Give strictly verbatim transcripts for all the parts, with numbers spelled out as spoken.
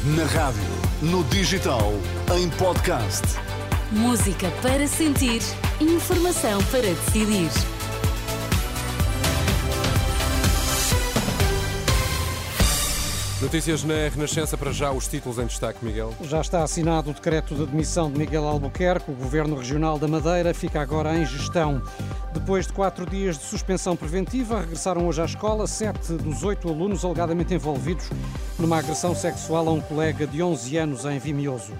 Na rádio, no digital, em podcast. Música para sentir, informação para decidir. Notícias na Renascença, para já os títulos em destaque, Miguel. Já está assinado o decreto de demissão de Miguel Albuquerque. O Governo Regional da Madeira fica agora em gestão. Depois de quatro dias de suspensão preventiva, regressaram hoje à escola sete dos oito alunos alegadamente envolvidos numa agressão sexual a um colega de onze anos em Vimioso.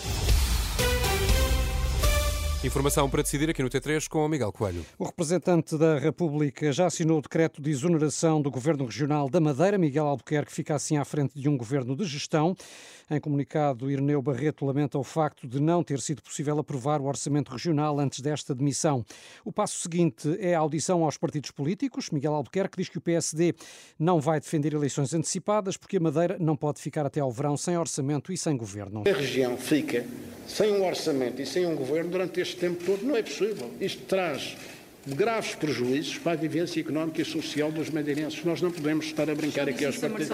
Informação para decidir aqui no T três com o Miguel Coelho. O representante da República já assinou o decreto de exoneração do Governo Regional da Madeira. Miguel Albuquerque fica assim à frente de um governo de gestão. Em comunicado, Irineu Barreto lamenta o facto de não ter sido possível aprovar o orçamento regional antes desta demissão. O passo seguinte é a audição aos partidos políticos. Miguel Albuquerque diz que o P S D não vai defender eleições antecipadas porque a Madeira não pode ficar até ao verão sem orçamento e sem governo. A região fica sem um orçamento e sem um governo durante este tempo todo. Não é possível. Isto traz graves prejuízos para a vivência económica e social dos madeirenses. Nós não podemos estar a brincar aqui aos partidos.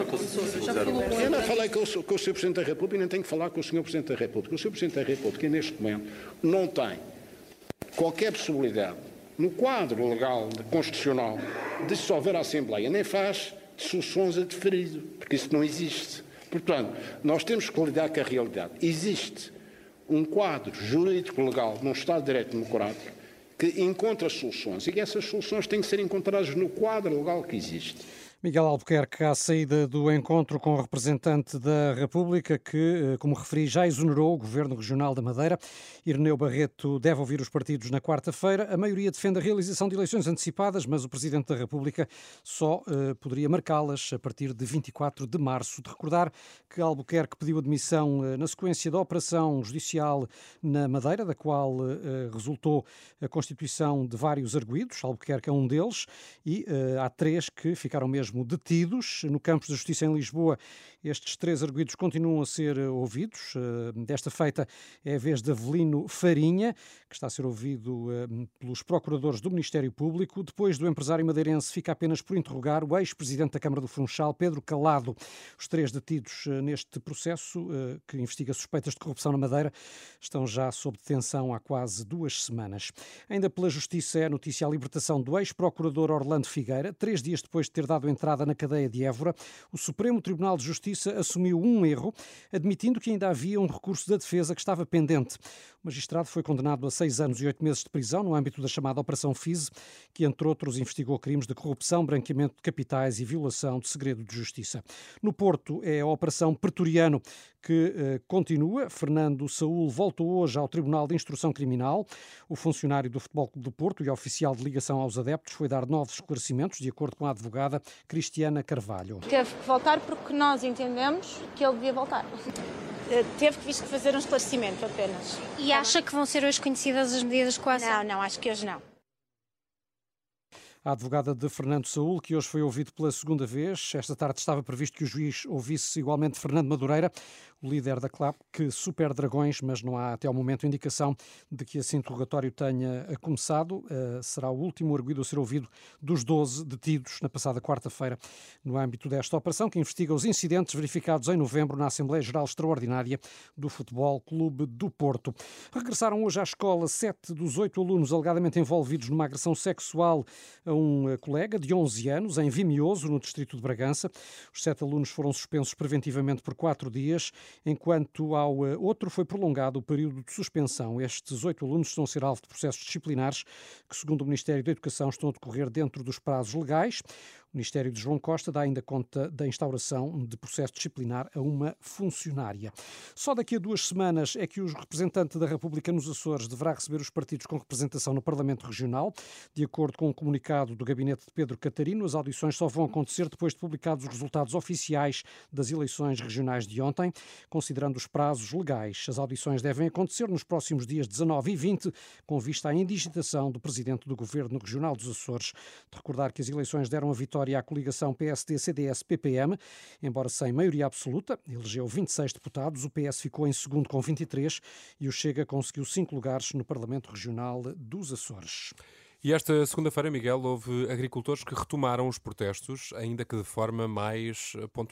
Eu não falei com o, com o senhor Presidente da República e nem tenho que falar com o senhor Presidente da República. O senhor Presidente da República, neste momento, não tem qualquer possibilidade, no quadro legal, constitucional, de dissolver a Assembleia, nem faz soluções a deferido, porque isso não existe. Portanto, nós temos que lidar com a realidade. Existe um quadro jurídico-legal num Estado de Direito Democrático que encontra soluções e essas soluções têm que ser encontradas no quadro legal que existe. Miguel Albuquerque, à saída do encontro com o representante da República, que, como referi, já exonerou o Governo Regional da Madeira. Irineu Barreto deve ouvir os partidos na quarta-feira. A maioria defende a realização de eleições antecipadas, mas o Presidente da República só uh, poderia marcá-las a partir de vinte e quatro de março. De recordar que Albuquerque pediu admissão uh, na sequência da operação judicial na Madeira, da qual uh, resultou a constituição de vários arguidos. Albuquerque é um deles e uh, há três que ficaram mesmo detidos. No Campos da Justiça em Lisboa, estes três arguidos continuam a ser ouvidos. Desta feita é a vez de Avelino Farinha, que está a ser ouvido pelos procuradores do Ministério Público. Depois do empresário madeirense, fica apenas por interrogar o ex-presidente da Câmara do Funchal, Pedro Calado. Os três detidos neste processo, que investiga suspeitas de corrupção na Madeira, estão já sob detenção há quase duas semanas. Ainda pela Justiça é notícia a libertação do ex-procurador Orlando Figueira. Três dias depois de ter dado entrada na cadeia de Évora, o Supremo Tribunal de Justiça assumiu um erro, admitindo que ainda havia um recurso da defesa que estava pendente. O magistrado foi condenado a seis anos e oito meses de prisão no âmbito da chamada Operação Fise, que, entre outros, investigou crimes de corrupção, branqueamento de capitais e violação de segredo de justiça. No Porto é a Operação Pretoriano que eh, continua. Fernando Saúl voltou hoje ao Tribunal de Instrução Criminal. O funcionário do Futebol Clube do Porto e oficial de ligação aos adeptos foi dar novos esclarecimentos, de acordo com a advogada Cristiana Carvalho. Teve que voltar porque nós entendemos que ele devia voltar. Teve que vir fazer um esclarecimento apenas. E acha que vão ser hoje conhecidas as medidas de coação? Não, não, acho que hoje não. A advogada de Fernando Saúl, que hoje foi ouvido pela segunda vez. Esta tarde estava previsto que o juiz ouvisse igualmente Fernando Madureira, o líder da CLAP, que Super Dragões, mas não há até ao momento indicação de que esse interrogatório tenha começado. Uh, será o último arguido a ser ouvido dos doze detidos na passada quarta-feira no âmbito desta operação, que investiga os incidentes verificados em novembro na Assembleia Geral Extraordinária do Futebol Clube do Porto. Regressaram hoje à escola sete dos oito alunos alegadamente envolvidos numa agressão sexual a um colega de onze anos, em Vimioso, no distrito de Bragança. Os sete alunos foram suspensos preventivamente por quatro dias, enquanto ao outro foi prolongado o período de suspensão. Estes oito alunos estão a ser alvo de processos disciplinares que, segundo o Ministério da Educação, estão a decorrer dentro dos prazos legais. O Ministério de João Costa dá ainda conta da instauração de processo disciplinar a uma funcionária. Só daqui a duas semanas é que o representante da República nos Açores deverá receber os partidos com representação no Parlamento Regional. De acordo com o comunicado do gabinete de Pedro Catarino, as audições só vão acontecer depois de publicados os resultados oficiais das eleições regionais de ontem, considerando os prazos legais. As audições devem acontecer nos próximos dias dezanove e vinte, com vista à indigitação do presidente do Governo Regional dos Açores. De recordar que as eleições deram a vitória à coligação P S D C D S P P M, embora sem maioria absoluta, elegeu vinte e seis deputados, o P S ficou em segundo com vinte e três e o Chega conseguiu cinco lugares no Parlamento Regional dos Açores. E esta segunda-feira, Miguel, houve agricultores que retomaram os protestos, ainda que de forma mais pontual.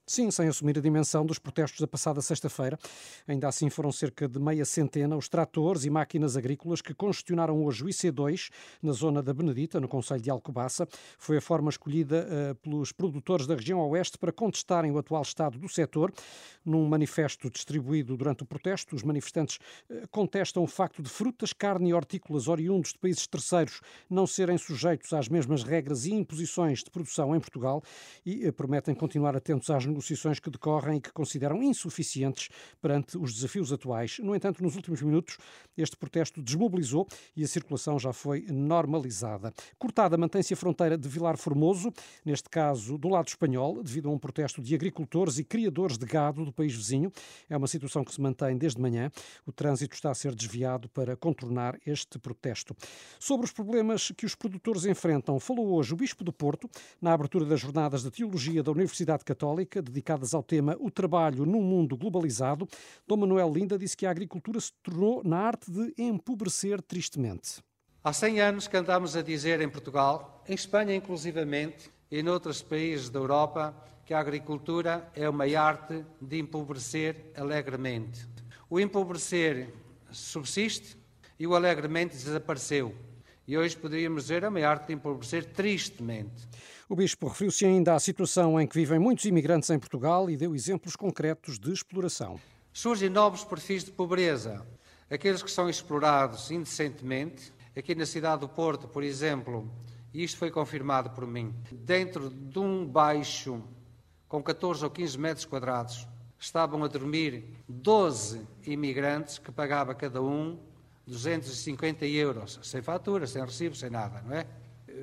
Sim, sem assumir a dimensão dos protestos da passada sexta-feira. Ainda assim foram cerca de meia centena os tratores e máquinas agrícolas que congestionaram hoje o I C dois na zona da Benedita, no concelho de Alcobaça. Foi a forma escolhida uh, pelos produtores da região oeste para contestarem o atual estado do setor. Num manifesto distribuído durante o protesto, os manifestantes uh, contestam o facto de frutas, carne e hortícolas oriundos de países terceiros não serem sujeitos às mesmas regras e imposições de produção em Portugal e uh, prometem continuar atentos às negociações que decorrem e que consideram insuficientes perante os desafios atuais. No entanto, nos últimos minutos, este protesto desmobilizou e a circulação já foi normalizada. Cortada mantém-se a fronteira de Vilar Formoso, neste caso do lado espanhol, devido a um protesto de agricultores e criadores de gado do país vizinho. É uma situação que se mantém desde manhã. O trânsito está a ser desviado para contornar este protesto. Sobre os problemas que os produtores enfrentam, falou hoje o Bispo do Porto, na abertura das Jornadas de Teologia da Universidade Católica, dedicadas ao tema O Trabalho num Mundo Globalizado. Dom Manuel Linda disse que a agricultura se tornou na arte de empobrecer tristemente. Há cem anos que andamos a dizer em Portugal, em Espanha inclusivamente, e noutros países da Europa, que a agricultura é uma arte de empobrecer alegremente. O empobrecer subsiste e o alegremente desapareceu. E hoje poderíamos dizer é uma arte de empobrecer tristemente. O Bispo referiu-se ainda à situação em que vivem muitos imigrantes em Portugal e deu exemplos concretos de exploração. Surgem novos perfis de pobreza. Aqueles que são explorados indecentemente. Aqui na cidade do Porto, por exemplo, e isto foi confirmado por mim, dentro de um baixo com catorze ou quinze metros quadrados, estavam a dormir doze imigrantes que pagava cada um duzentos e cinquenta euros, sem fatura, sem recibo, sem nada, não é?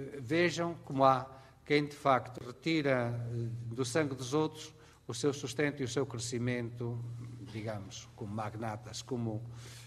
Vejam como há quem, de facto, retira do sangue dos outros o seu sustento e o seu crescimento, digamos, como magnatas, como,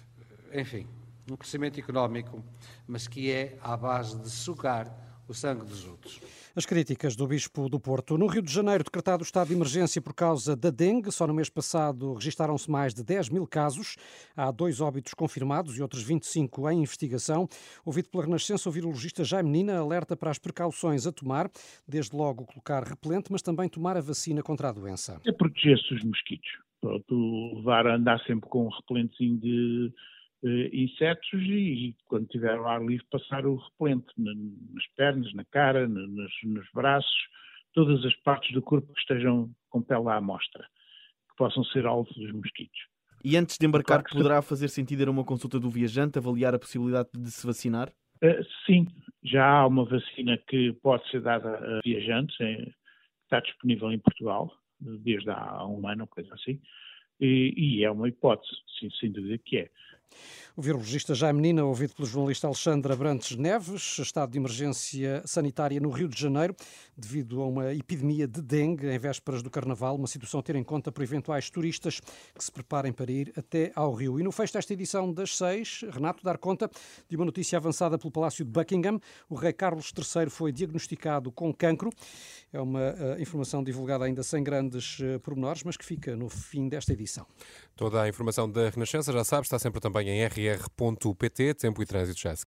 enfim, um crescimento económico, mas que é à base de sugar o sangue dos outros. As críticas do Bispo do Porto. No Rio de Janeiro, decretado o estado de emergência por causa da dengue, só no mês passado registaram-se mais de dez mil casos. Há dois óbitos confirmados e outros vinte e cinco em investigação. Ouvido pela Renascença, o virologista Jaime Menina alerta para as precauções a tomar, desde logo colocar repelente, mas também tomar a vacina contra a doença. É proteger-se dos mosquitos. Pronto, levar a andar sempre com um repelentezinho de Uh, insetos e, e quando tiver o ar livre passar o repelente na, nas pernas, na cara, na, nos, nos braços, todas as partes do corpo que estejam com pele à amostra, que possam ser alvo dos mosquitos. E antes de embarcar, claro poderá se... fazer sentido ir a uma consulta do viajante, avaliar a possibilidade de se vacinar? Uh, sim, já há uma vacina que pode ser dada a viajantes, é, está disponível em Portugal, desde há um ano, coisa assim, e, e é uma hipótese, sim, sem dúvida que é. O virologista Jaime Menina, ouvido pelo jornalista Alexandre Abrantes Neves, estado de emergência sanitária no Rio de Janeiro, devido a uma epidemia de dengue em vésperas do Carnaval, uma situação a ter em conta por eventuais turistas que se preparem para ir até ao Rio. E no fecho desta edição das seis, Renato, dar conta de uma notícia avançada pelo Palácio de Buckingham. O rei Carlos terceiro foi diagnosticado com cancro. É uma uh, informação divulgada ainda sem grandes uh, pormenores, mas que fica no fim desta edição. Toda a informação da Renascença, já sabe, está sempre também em r r ponto p t. Tempo e trânsito já.